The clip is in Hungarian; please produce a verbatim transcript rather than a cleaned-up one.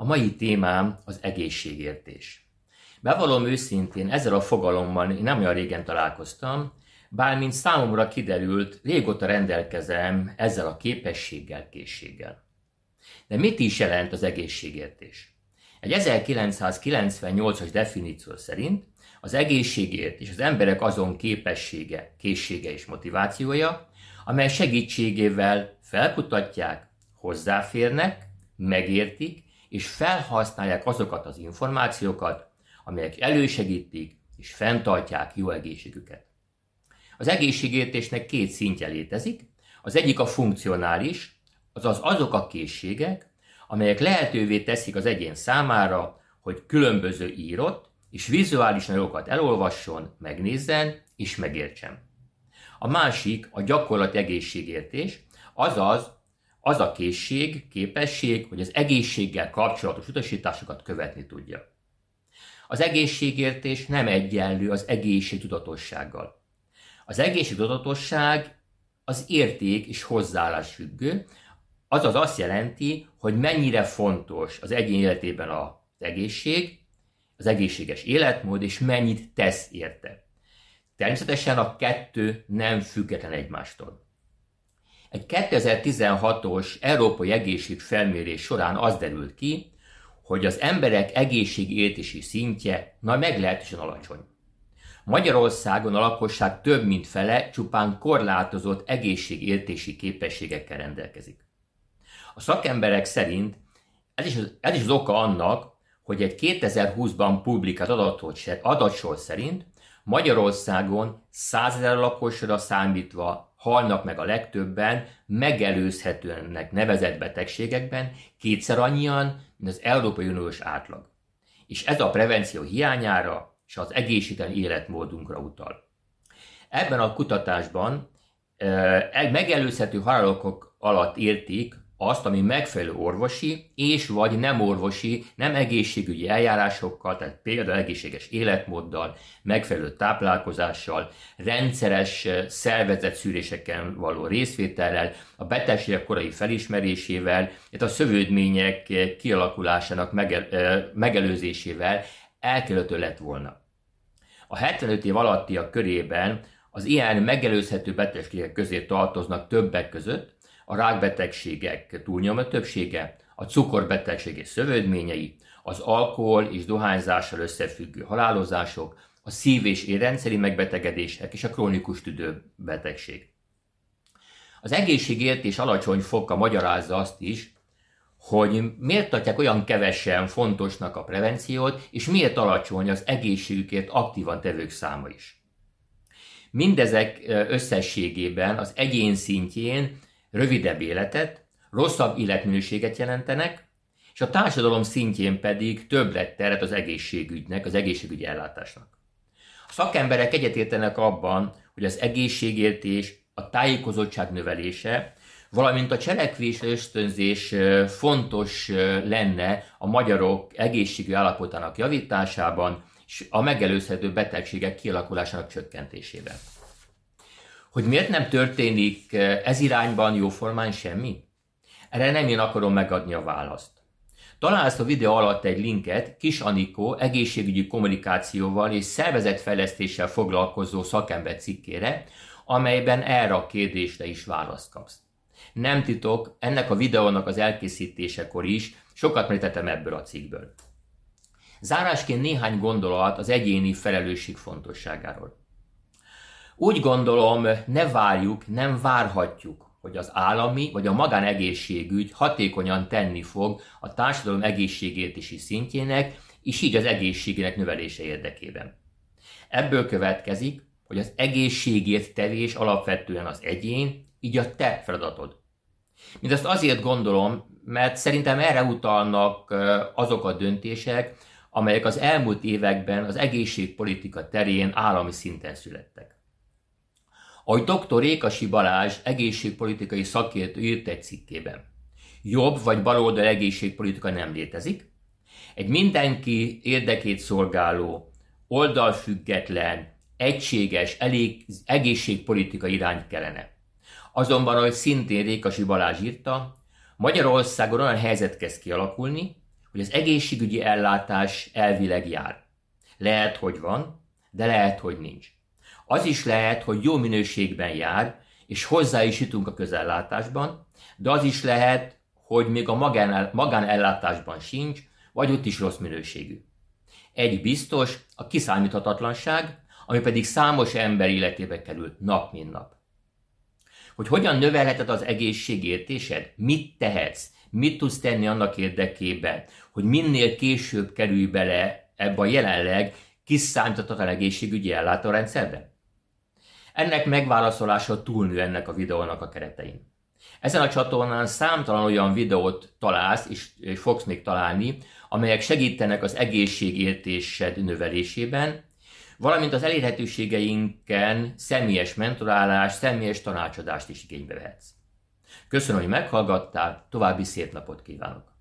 A mai témám az egészségértés. Bevallom őszintén, ezzel a fogalommal nem olyan régen találkoztam, bár mint számomra kiderült, régóta rendelkezem ezzel a képességgel, készséggel. De mit is jelent az egészségértés? Egy ezerkilencszázkilencvennyolcas definíció szerint az egészségértés az emberek azon képessége, készsége és motivációja, amely segítségével felkutatják, hozzáférnek, megértik és felhasználják azokat az információkat, amelyek elősegítik és fenntartják jó egészségüket. Az egészségértésnek két szintje létezik, az egyik a funkcionális, azaz azok a készségek, amelyek lehetővé teszik az egyén számára, hogy különböző írott és vizuális anyagokat elolvasson, megnézzen és megértsen. A másik a gyakorlati egészségértés, azaz az a készség, képesség, hogy az egészséggel kapcsolatos utasításokat követni tudja. Az egészségértés nem egyenlő az egészségtudatossággal. Az egészségtudatosság az érték és hozzáállás függő, azaz azt jelenti, hogy mennyire fontos az egyén életében az egészség, az egészséges életmód, és mennyit tesz érte. Természetesen a kettő nem független egymástól. Egy kétezer-tizenhatos európai egészségfelmérés során az derült ki, hogy az emberek egészségértési szintje na meglehetősen alacsony. Magyarországon a lakosság több mint fele csupán korlátozott egészségértési képességekkel rendelkezik. A szakemberek szerint ez is, az, ez is az oka annak, hogy egy kétezer-húszban publikált adatsor szerint Magyarországon százezer lakosra számítva halnak meg a legtöbben megelőzhetőnek nevezett betegségekben, kétszer annyian, mint az Európai Uniós átlag. És ez a prevenció hiányára és az egészségtelen életmódunkra utal. Ebben a kutatásban e, megelőzhető halálokok alatt érték azt, ami megfelelő orvosi és vagy nem orvosi, nem egészségügyi eljárásokkal, tehát például egészséges életmóddal, megfelelő táplálkozással, rendszeres szervezetszűréseken való részvétellel, a betegségek korai felismerésével, illetve a szövődmények kialakulásának megelőzésével elkerülhető lett volna. A hetvenöt év alattiak körében az ilyen megelőzhető betegségek közé tartoznak többek között a rákbetegségek túlnyomó többsége, a cukorbetegség és szövődményei, az alkohol és dohányzással összefüggő halálozások, a szív- és érrendszeri megbetegedések és a krónikus tüdőbetegség. Az egészségértés alacsony foka magyarázza azt is, hogy miért tartják olyan kevesen fontosnak a prevenciót, és miért alacsony az egészségükért aktívan tevők száma is. Mindezek összességében az egyén szintjén rövidebb életet, rosszabb életminőséget jelentenek, és a társadalom szintjén pedig többletteret az egészségügynek, az egészségügyi ellátásnak. A szakemberek egyetértenek abban, hogy az egészségértés, a tájékozottság növelése, valamint a cselekvésre ösztönzés fontos lenne a magyarok egészségügyi állapotának javításában és a megelőzhető betegségek kialakulásának csökkentésében. Hogy miért nem történik ez irányban jóformán semmi? Erre nem én akarom megadni a választ. Találsz a videó alatt egy linket Kis Anikó egészségügyi kommunikációval és szervezetfejlesztéssel foglalkozó szakember cikkére, amelyben erre a kérdésre is választ kapsz. Nem titok, ennek a videónak az elkészítésekor is sokat merítettem ebből a cikkből. Zárásként néhány gondolat az egyéni felelősség fontosságáról. Úgy gondolom, ne várjuk, nem várhatjuk, hogy az állami vagy a magánegészségügy hatékonyan tenni fog a társadalom egészségértési szintjének, és így az egészségének növelése érdekében. Ebből következik, hogy az egészségért tevés alapvetően az egyén, így a te feladatod. Mindezt azért gondolom, mert szerintem erre utalnak azok a döntések, amelyek az elmúlt években az egészségpolitika terén állami szinten születtek. Ahogy doktor Rékasi Balázs egészségpolitikai szakértő írt egy cikkében, jobb vagy baloldal egészségpolitika nem létezik, egy mindenki érdekét szolgáló, oldalfüggetlen, egységes elég, egészségpolitika irány kellene. Azonban, ahogy szintén Rékasi Balázs írta, Magyarországon olyan helyzet kezd kialakulni, hogy az egészségügyi ellátás elvileg jár. Lehet, hogy van, de lehet, hogy nincs. Az is lehet, hogy jó minőségben jár, és hozzá is jutunk a közellátásban, de az is lehet, hogy még a magán, magánellátásban sincs, vagy ott is rossz minőségű. Egy biztos, a kiszámíthatatlanság, ami pedig számos ember életébe kerül nap mint nap. Hogy hogyan növelheted az egészségértésed, mit tehetsz, mit tudsz tenni annak érdekében, hogy minél később kerülj bele ebbe a jelenleg kiszámíthatatlan egészségügyi ellátórendszerbe? Ennek megválaszolása túlnő ennek a videónak a keretein. Ezen a csatornán számtalan olyan videót találsz, és fogsz még találni, amelyek segítenek az egészségértésed növelésében, valamint az elérhetőségeinken személyes mentorálás, személyes tanácsadást is igénybe vehetsz. Köszönöm, hogy meghallgattál, további szép napot kívánok!